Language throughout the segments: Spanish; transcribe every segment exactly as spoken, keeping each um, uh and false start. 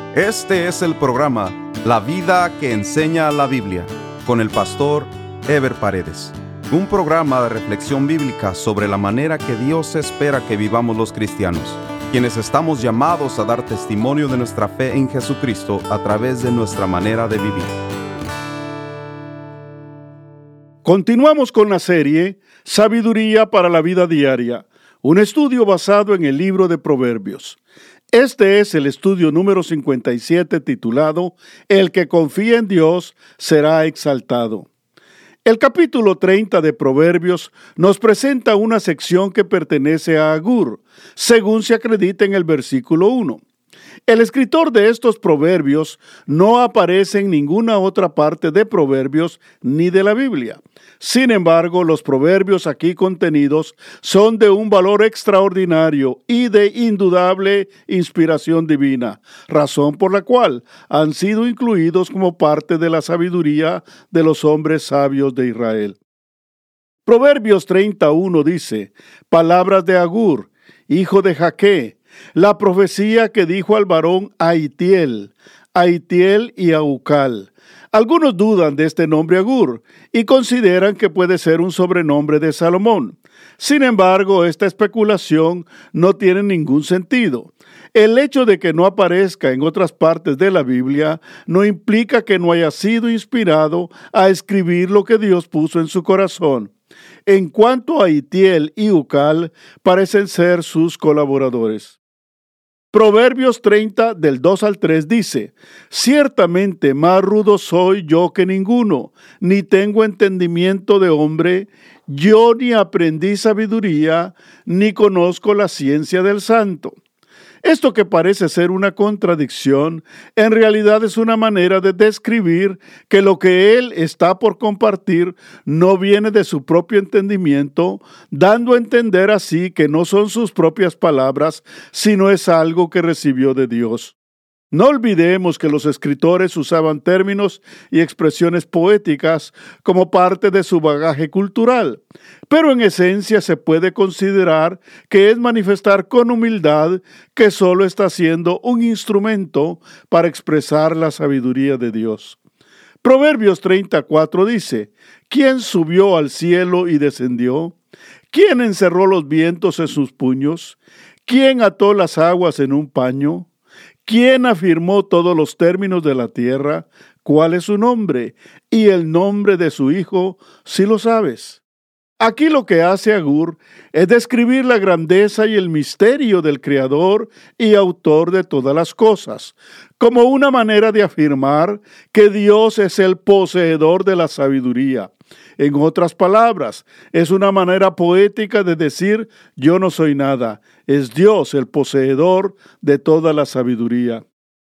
Este es el programa La Vida que Enseña la Biblia, con el pastor Ever Paredes. Un programa de reflexión bíblica sobre la manera que Dios espera que vivamos los cristianos, quienes estamos llamados a dar testimonio de nuestra fe en Jesucristo a través de nuestra manera de vivir. Continuamos con la serie Sabiduría para la Vida Diaria, un estudio basado en el libro de Proverbios. Este es el estudio número cincuenta y siete titulado El que confía en Dios será exaltado. El capítulo treinta de Proverbios nos presenta una sección que pertenece a Agur, según se acredita en el versículo uno. El escritor de estos proverbios no aparece en ninguna otra parte de Proverbios ni de la Biblia. Sin embargo, los proverbios aquí contenidos son de un valor extraordinario y de indudable inspiración divina, razón por la cual han sido incluidos como parte de la sabiduría de los hombres sabios de Israel. Proverbios treinta y uno dice: palabras de Agur, hijo de Jaque, la profecía que dijo al varón Aitiel, Aitiel y Aucal. Algunos dudan de este nombre Agur y consideran que puede ser un sobrenombre de Salomón. Sin embargo, esta especulación no tiene ningún sentido. El hecho de que no aparezca en otras partes de la Biblia no implica que no haya sido inspirado a escribir lo que Dios puso en su corazón. En cuanto a Aitiel y Ucal, parecen ser sus colaboradores. Proverbios treinta, del dos al tres dice: ciertamente más rudo soy yo que ninguno, ni tengo entendimiento de hombre, yo ni aprendí sabiduría, ni conozco la ciencia del santo. Esto, que parece ser una contradicción, en realidad es una manera de describir que lo que él está por compartir no viene de su propio entendimiento, dando a entender así que no son sus propias palabras, sino es algo que recibió de Dios. No olvidemos que los escritores usaban términos y expresiones poéticas como parte de su bagaje cultural, pero en esencia se puede considerar que es manifestar con humildad que solo está siendo un instrumento para expresar la sabiduría de Dios. Proverbios treinta y cuatro dice: ¿quién subió al cielo y descendió? ¿Quién encerró los vientos en sus puños? ¿Quién ató las aguas en un paño? ¿Quién afirmó todos los términos de la tierra? ¿Cuál es su nombre? Y el nombre de su hijo, si lo sabes. Aquí lo que hace Agur es describir la grandeza y el misterio del Creador y Autor de todas las cosas, como una manera de afirmar que Dios es el poseedor de la sabiduría. En otras palabras, es una manera poética de decir: yo no soy nada, es Dios el poseedor de toda la sabiduría.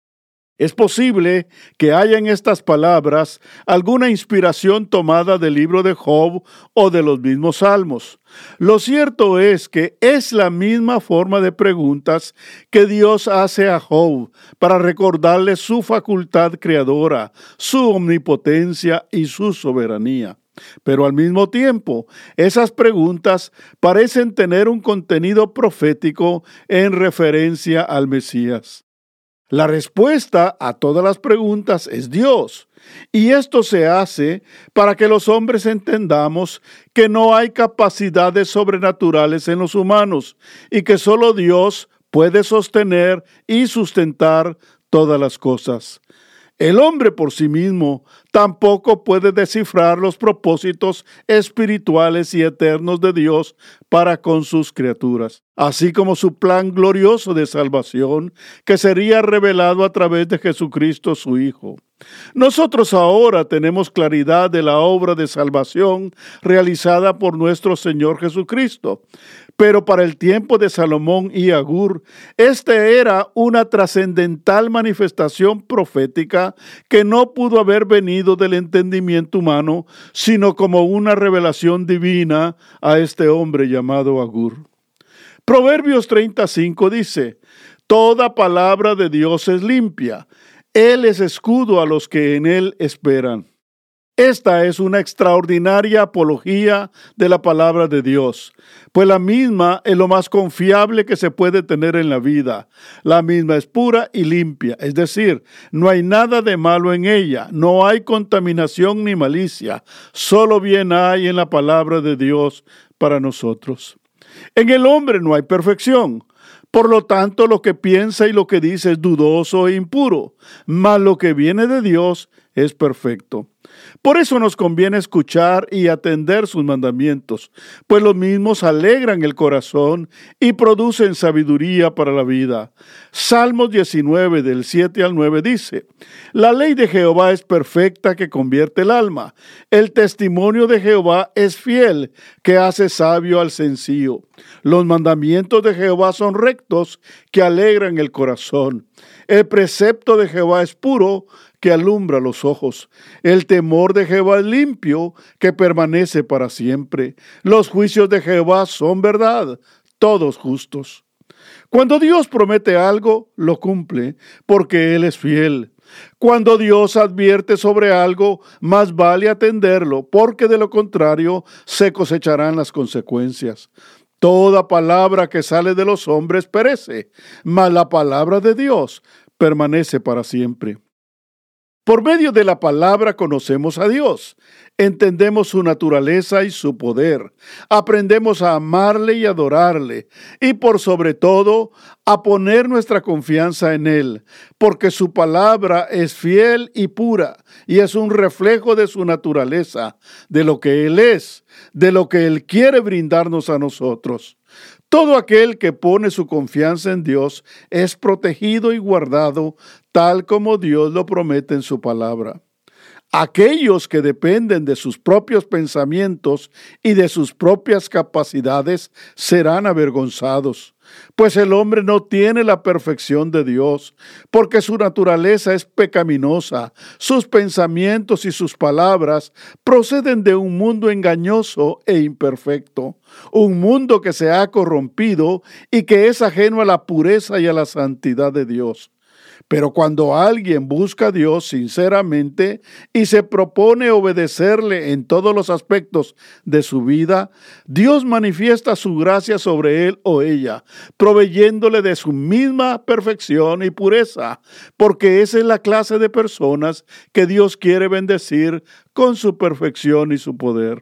Es posible que haya en estas palabras alguna inspiración tomada del libro de Job o de los mismos Salmos. Lo cierto es que es la misma forma de preguntas que Dios hace a Job para recordarle su facultad creadora, su omnipotencia y su soberanía. Pero al mismo tiempo, esas preguntas parecen tener un contenido profético en referencia al Mesías. La respuesta a todas las preguntas es Dios, y esto se hace para que los hombres entendamos que no hay capacidades sobrenaturales en los humanos y que solo Dios puede sostener y sustentar todas las cosas. El hombre por sí mismo tampoco puede descifrar los propósitos espirituales y eternos de Dios para con sus criaturas, así como su plan glorioso de salvación que sería revelado a través de Jesucristo su Hijo. Nosotros ahora tenemos claridad de la obra de salvación realizada por nuestro Señor Jesucristo, pero para el tiempo de Salomón y Agur, esta era una trascendental manifestación profética que no pudo haber venido del entendimiento humano, sino como una revelación divina a este hombre llamado Agur. Proverbios treinta y cinco dice: toda palabra de Dios es limpia, Él es escudo a los que en Él esperan. Esta es una extraordinaria apología de la palabra de Dios, pues la misma es lo más confiable que se puede tener en la vida. La misma es pura y limpia, es decir, no hay nada de malo en ella, no hay contaminación ni malicia, solo bien hay en la palabra de Dios para nosotros. En el hombre no hay perfección. Por lo tanto, lo que piensa y lo que dice es dudoso e impuro, mas lo que viene de Dios es perfecto. Por eso nos conviene escuchar y atender sus mandamientos, pues los mismos alegran el corazón y producen sabiduría para la vida. Salmos diecinueve, del siete al nueve dice: La ley de Jehová es perfecta, que convierte el alma. El testimonio de Jehová es fiel, que hace sabio al sencillo. Los mandamientos de Jehová son rectos, que alegran el corazón. El precepto de Jehová es puro, que alumbra los ojos. El temor de Jehová es limpio, que permanece para siempre. Los juicios de Jehová son verdad, todos justos. Cuando Dios promete algo, lo cumple, porque Él es fiel. Cuando Dios advierte sobre algo, más vale atenderlo, porque de lo contrario se cosecharán las consecuencias. Toda palabra que sale de los hombres perece, mas la palabra de Dios permanece para siempre. Por medio de la palabra conocemos a Dios, entendemos su naturaleza y su poder, aprendemos a amarle y adorarle, y por sobre todo, a poner nuestra confianza en Él, porque su palabra es fiel y pura, y es un reflejo de su naturaleza, de lo que Él es, de lo que Él quiere brindarnos a nosotros. Todo aquel que pone su confianza en Dios es protegido y guardado, tal como Dios lo promete en su palabra. Aquellos que dependen de sus propios pensamientos y de sus propias capacidades serán avergonzados, pues el hombre no tiene la perfección de Dios, porque su naturaleza es pecaminosa, sus pensamientos y sus palabras proceden de un mundo engañoso e imperfecto, un mundo que se ha corrompido y que es ajeno a la pureza y a la santidad de Dios. Pero cuando alguien busca a Dios sinceramente y se propone obedecerle en todos los aspectos de su vida, Dios manifiesta su gracia sobre él o ella, proveyéndole de su misma perfección y pureza, porque esa es la clase de personas que Dios quiere bendecir con su perfección y su poder.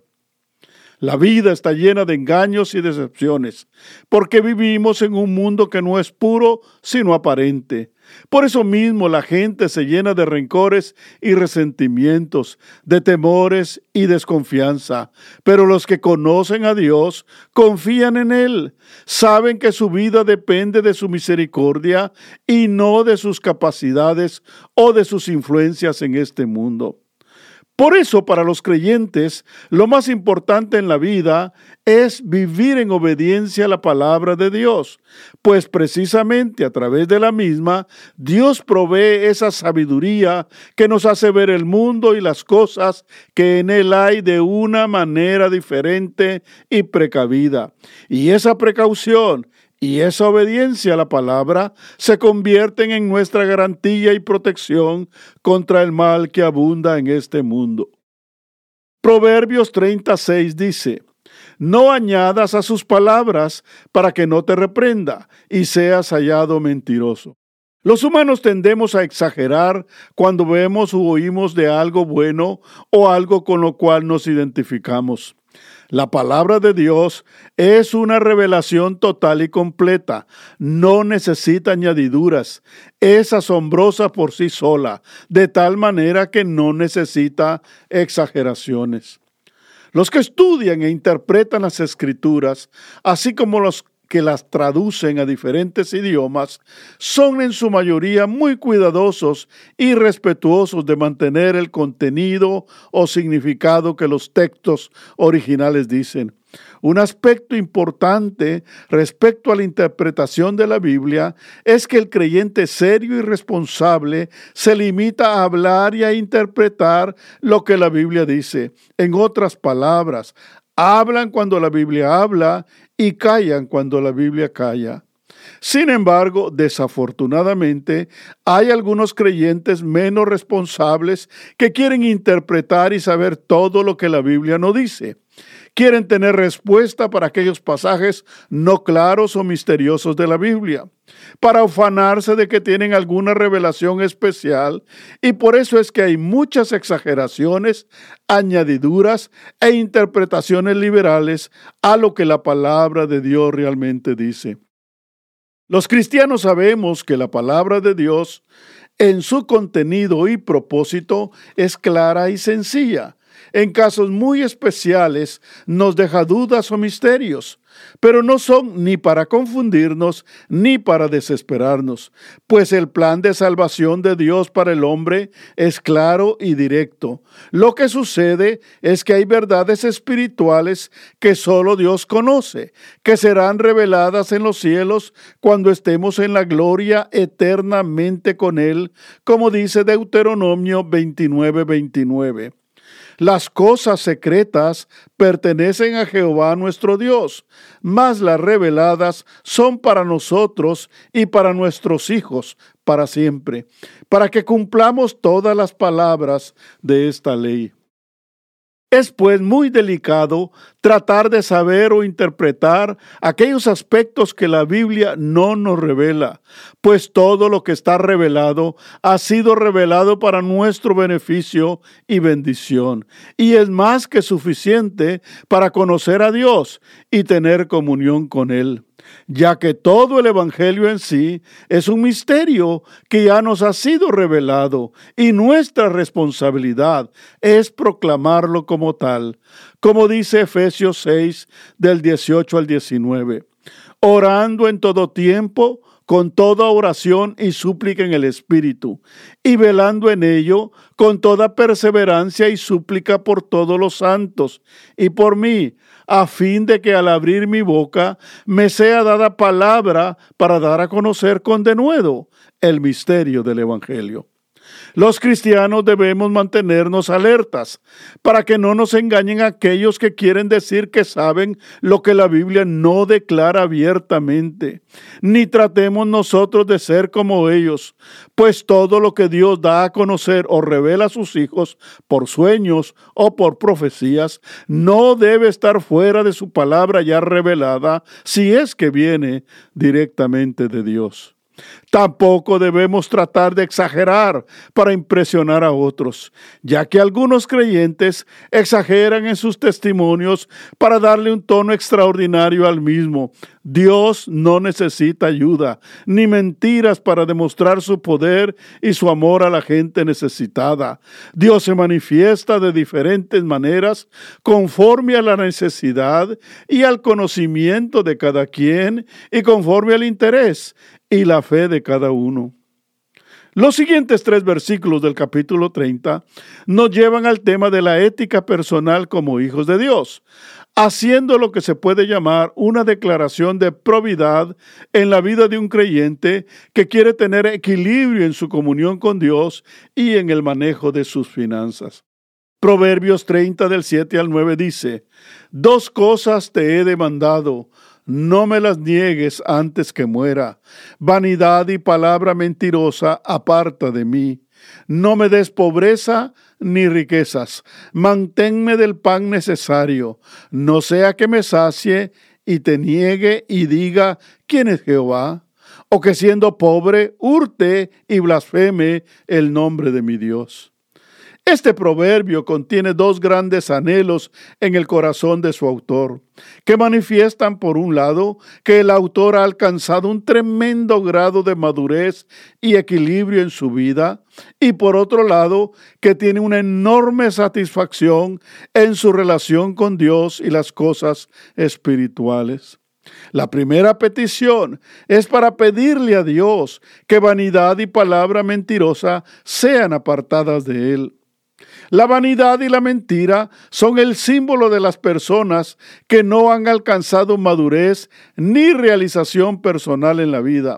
La vida está llena de engaños y decepciones, porque vivimos en un mundo que no es puro, sino aparente. Por eso mismo la gente se llena de rencores y resentimientos, de temores y desconfianza. Pero los que conocen a Dios confían en Él, saben que su vida depende de su misericordia y no de sus capacidades o de sus influencias en este mundo. Por eso, para los creyentes, lo más importante en la vida es vivir en obediencia a la palabra de Dios, pues precisamente a través de la misma, Dios provee esa sabiduría que nos hace ver el mundo y las cosas que en él hay de una manera diferente y precavida. Y esa precaución y esa obediencia a la palabra se convierten en nuestra garantía y protección contra el mal que abunda en este mundo. Proverbios treinta y seis dice: No añadas a sus palabras para que no te reprenda y seas hallado mentiroso. Los humanos tendemos a exagerar cuando vemos u oímos de algo bueno o algo con lo cual nos identificamos. La palabra de Dios es una revelación total y completa, no necesita añadiduras, es asombrosa por sí sola, de tal manera que no necesita exageraciones. Los que estudian e interpretan las Escrituras, así como los que las traducen a diferentes idiomas, son en su mayoría muy cuidadosos y respetuosos de mantener el contenido o significado que los textos originales dicen. Un aspecto importante respecto a la interpretación de la Biblia es que el creyente serio y responsable se limita a hablar y a interpretar lo que la Biblia dice. En otras palabras, hablan cuando la Biblia habla y callan cuando la Biblia calla. Sin embargo, desafortunadamente, hay algunos creyentes menos responsables que quieren interpretar y saber todo lo que la Biblia no dice. Quieren tener respuesta para aquellos pasajes no claros o misteriosos de la Biblia, para ufanarse de que tienen alguna revelación especial, y por eso es que hay muchas exageraciones, añadiduras e interpretaciones liberales a lo que la palabra de Dios realmente dice. Los cristianos sabemos que la palabra de Dios, en su contenido y propósito, es clara y sencilla. En casos muy especiales nos deja dudas o misterios, pero no son ni para confundirnos ni para desesperarnos, pues el plan de salvación de Dios para el hombre es claro y directo. Lo que sucede es que hay verdades espirituales que solo Dios conoce, que serán reveladas en los cielos cuando estemos en la gloria eternamente con Él, como dice Deuteronomio veintinueve veintinueve. Las cosas secretas pertenecen a Jehová nuestro Dios, mas las reveladas son para nosotros y para nuestros hijos para siempre, para que cumplamos todas las palabras de esta ley. Es pues muy delicado tratar de saber o interpretar aquellos aspectos que la Biblia no nos revela, pues todo lo que está revelado ha sido revelado para nuestro beneficio y bendición, y es más que suficiente para conocer a Dios y tener comunión con Él, ya que todo el Evangelio en sí es un misterio que ya nos ha sido revelado, y nuestra responsabilidad es proclamarlo como tal, como dice Efesios seis, del dieciocho al diecinueve, orando en todo tiempo, con toda oración y súplica en el Espíritu, y velando en ello con toda perseverancia y súplica por todos los santos, y por mí, a fin de que al abrir mi boca me sea dada palabra para dar a conocer con denuedo el misterio del Evangelio. Los cristianos debemos mantenernos alertas para que no nos engañen aquellos que quieren decir que saben lo que la Biblia no declara abiertamente, ni tratemos nosotros de ser como ellos, pues todo lo que Dios da a conocer o revela a sus hijos por sueños o por profecías no debe estar fuera de su palabra ya revelada, si es que viene directamente de Dios. Tampoco debemos tratar de exagerar para impresionar a otros, ya que algunos creyentes exageran en sus testimonios para darle un tono extraordinario al mismo. Dios no necesita ayuda ni mentiras para demostrar su poder y su amor a la gente necesitada. Dios se manifiesta de diferentes maneras conforme a la necesidad y al conocimiento de cada quien y conforme al interés y la fe de cada uno. Los siguientes tres versículos del capítulo treinta nos llevan al tema de la ética personal como hijos de Dios, haciendo lo que se puede llamar una declaración de probidad en la vida de un creyente que quiere tener equilibrio en su comunión con Dios y en el manejo de sus finanzas. Proverbios treinta del siete al nueve dice: Dos cosas te he demandado, no me las niegues antes que muera. Vanidad y palabra mentirosa aparta de mí. No me des pobreza ni riquezas. Manténme del pan necesario. No sea que me sacie y te niegue y diga: ¿quién es Jehová? O que siendo pobre hurte y blasfeme el nombre de mi Dios. Este proverbio contiene dos grandes anhelos en el corazón de su autor, que manifiestan, por un lado, que el autor ha alcanzado un tremendo grado de madurez y equilibrio en su vida, y por otro lado, que tiene una enorme satisfacción en su relación con Dios y las cosas espirituales. La primera petición es para pedirle a Dios que vanidad y palabra mentirosa sean apartadas de él. La vanidad y la mentira son el símbolo de las personas que no han alcanzado madurez ni realización personal en la vida.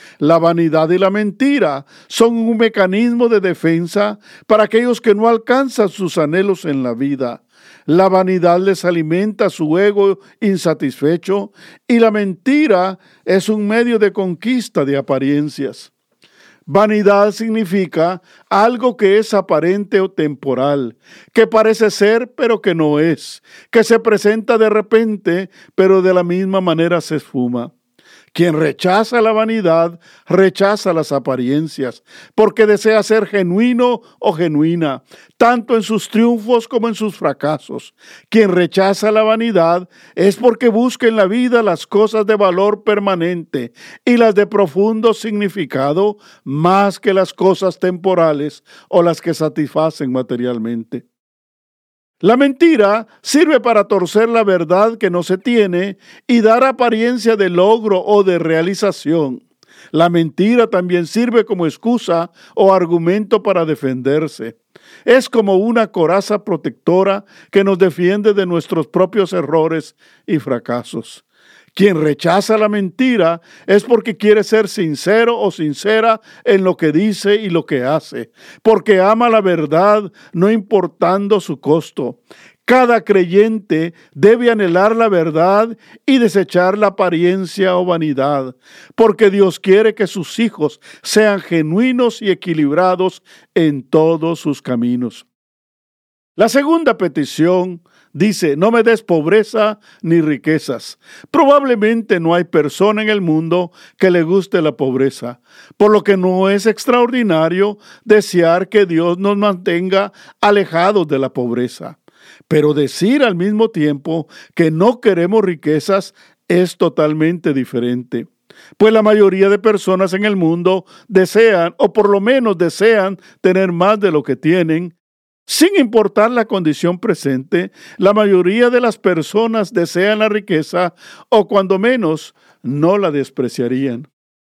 La vanidad y la mentira son un mecanismo de defensa para aquellos que no alcanzan sus anhelos en la vida. La vanidad les alimenta su ego insatisfecho y la mentira es un medio de conquista de apariencias. Vanidad significa algo que es aparente o temporal, que parece ser pero que no es, que se presenta de repente pero de la misma manera se esfuma. Quien rechaza la vanidad, rechaza las apariencias, porque desea ser genuino o genuina, tanto en sus triunfos como en sus fracasos. Quien rechaza la vanidad es porque busca en la vida las cosas de valor permanente y las de profundo significado, más que las cosas temporales o las que satisfacen materialmente. La mentira sirve para torcer la verdad que no se tiene y dar apariencia de logro o de realización. La mentira también sirve como excusa o argumento para defenderse. Es como una coraza protectora que nos defiende de nuestros propios errores y fracasos. Quien rechaza la mentira es porque quiere ser sincero o sincera en lo que dice y lo que hace, porque ama la verdad no importando su costo. Cada creyente debe anhelar la verdad y desechar la apariencia o vanidad, porque Dios quiere que sus hijos sean genuinos y equilibrados en todos sus caminos. La segunda petición dice: no me des pobreza ni riquezas. Probablemente no hay persona en el mundo que le guste la pobreza, por lo que no es extraordinario desear que Dios nos mantenga alejados de la pobreza. Pero decir al mismo tiempo que no queremos riquezas es totalmente diferente. Pues la mayoría de personas en el mundo desean, o por lo menos desean, tener más de lo que tienen. Sin importar la condición presente, la mayoría de las personas desean la riqueza o cuando menos no la despreciarían.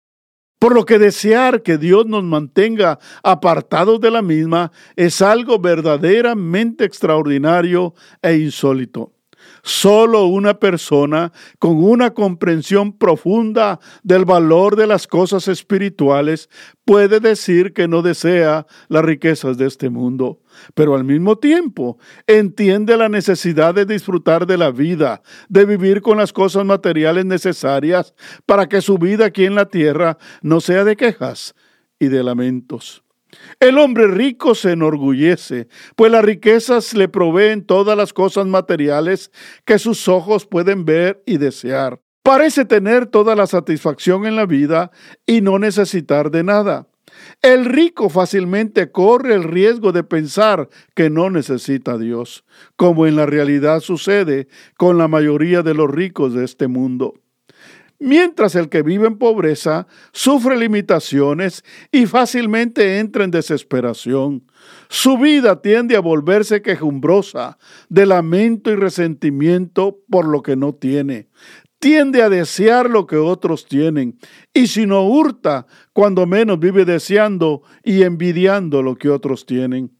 Por lo que desear que Dios nos mantenga apartados de la misma es algo verdaderamente extraordinario e insólito. Solo una persona con una comprensión profunda del valor de las cosas espirituales puede decir que no desea las riquezas de este mundo, pero al mismo tiempo entiende la necesidad de disfrutar de la vida, de vivir con las cosas materiales necesarias para que su vida aquí en la tierra no sea de quejas y de lamentos. El hombre rico se enorgullece, pues las riquezas le proveen todas las cosas materiales que sus ojos pueden ver y desear. Parece tener toda la satisfacción en la vida y no necesitar de nada. El rico fácilmente corre el riesgo de pensar que no necesita a Dios, como en la realidad sucede con la mayoría de los ricos de este mundo. Mientras el que vive en pobreza sufre limitaciones y fácilmente entra en desesperación. Su vida tiende a volverse quejumbrosa, de lamento y resentimiento por lo que no tiene. Tiende a desear lo que otros tienen, y si no hurta, cuando menos vive deseando y envidiando lo que otros tienen.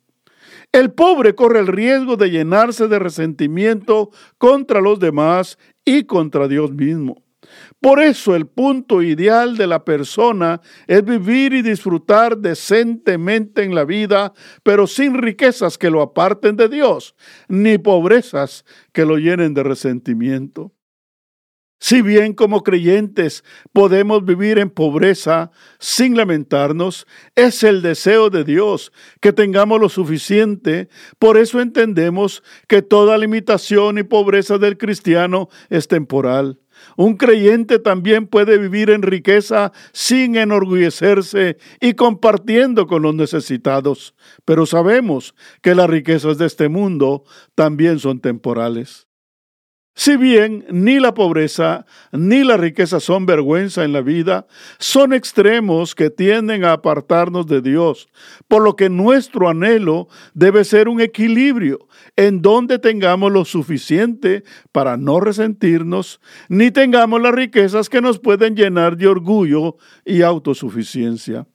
El pobre corre el riesgo de llenarse de resentimiento contra los demás y contra Dios mismo. Por eso el punto ideal de la persona es vivir y disfrutar decentemente en la vida, pero sin riquezas que lo aparten de Dios, ni pobrezas que lo llenen de resentimiento. Si bien como creyentes podemos vivir en pobreza sin lamentarnos, es el deseo de Dios que tengamos lo suficiente. Por eso entendemos que toda limitación y pobreza del cristiano es temporal. Un creyente también puede vivir en riqueza sin enorgullecerse y compartiendo con los necesitados. Pero sabemos que las riquezas de este mundo también son temporales. Si bien ni la pobreza ni la riqueza son vergüenza en la vida, son extremos que tienden a apartarnos de Dios, por lo que nuestro anhelo debe ser un equilibrio en donde tengamos lo suficiente para no resentirnos, ni tengamos las riquezas que nos pueden llenar de orgullo y autosuficiencia.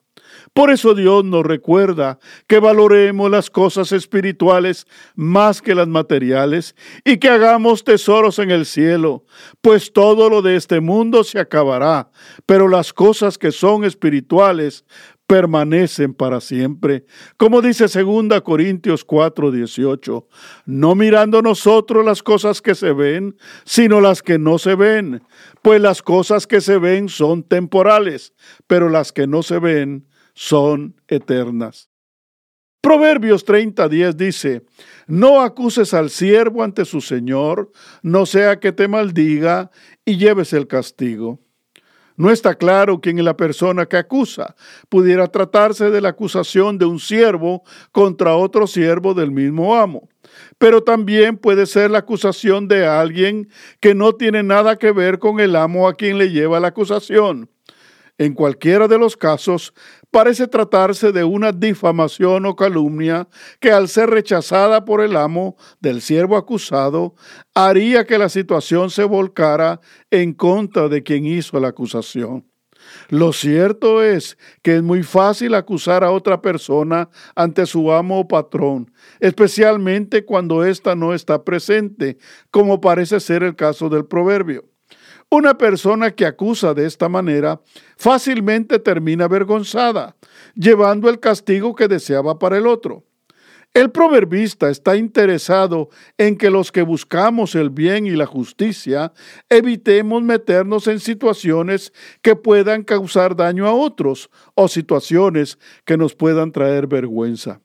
Por eso Dios nos recuerda que valoremos las cosas espirituales más que las materiales y que hagamos tesoros en el cielo, pues todo lo de este mundo se acabará, pero las cosas que son espirituales permanecen para siempre. Como dice segunda Corintios cuatro dieciocho, no mirando nosotros las cosas que se ven, sino las que no se ven, pues las cosas que se ven son temporales, pero las que no se ven son eternas. Proverbios treinta diez dice, no acuses al siervo ante su señor, no sea que te maldiga y lleves el castigo. No está claro quién es la persona que acusa. Pudiera tratarse de la acusación de un siervo contra otro siervo del mismo amo. Pero también puede ser la acusación de alguien que no tiene nada que ver con el amo a quien le lleva la acusación. En cualquiera de los casos, parece tratarse de una difamación o calumnia que, al ser rechazada por el amo del siervo acusado, haría que la situación se volcara en contra de quien hizo la acusación. Lo cierto es que es muy fácil acusar a otra persona ante su amo o patrón, especialmente cuando ésta no está presente, como parece ser el caso del proverbio. Una persona que acusa de esta manera fácilmente termina avergonzada, llevando el castigo que deseaba para el otro. El proverbista está interesado en que los que buscamos el bien y la justicia evitemos meternos en situaciones que puedan causar daño a otros o situaciones que nos puedan traer vergüenza.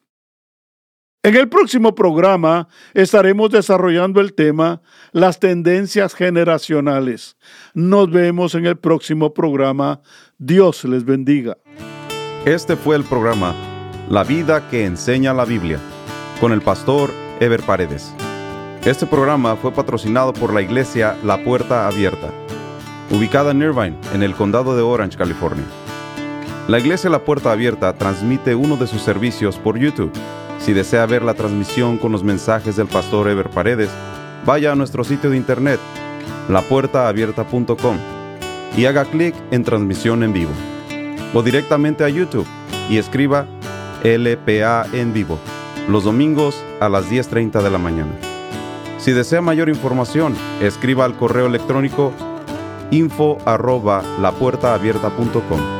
En el próximo programa estaremos desarrollando el tema las tendencias generacionales. Nos vemos en el próximo programa. Dios les bendiga. Este fue el programa La vida que enseña la Biblia, con el pastor Ever Paredes. Este programa fue patrocinado por la iglesia La Puerta Abierta, ubicada en Irvine, en el condado de Orange, California. La iglesia La Puerta Abierta transmite uno de sus servicios por YouTube. Si desea ver la transmisión con los mensajes del pastor Ever Paredes, vaya a nuestro sitio de internet, la puerta abierta punto com, y haga clic en transmisión en vivo. O directamente a YouTube y escriba L P A en vivo, los domingos a las diez treinta de la mañana. Si desea mayor información, escriba al correo electrónico info arroba la puerta abierta punto com.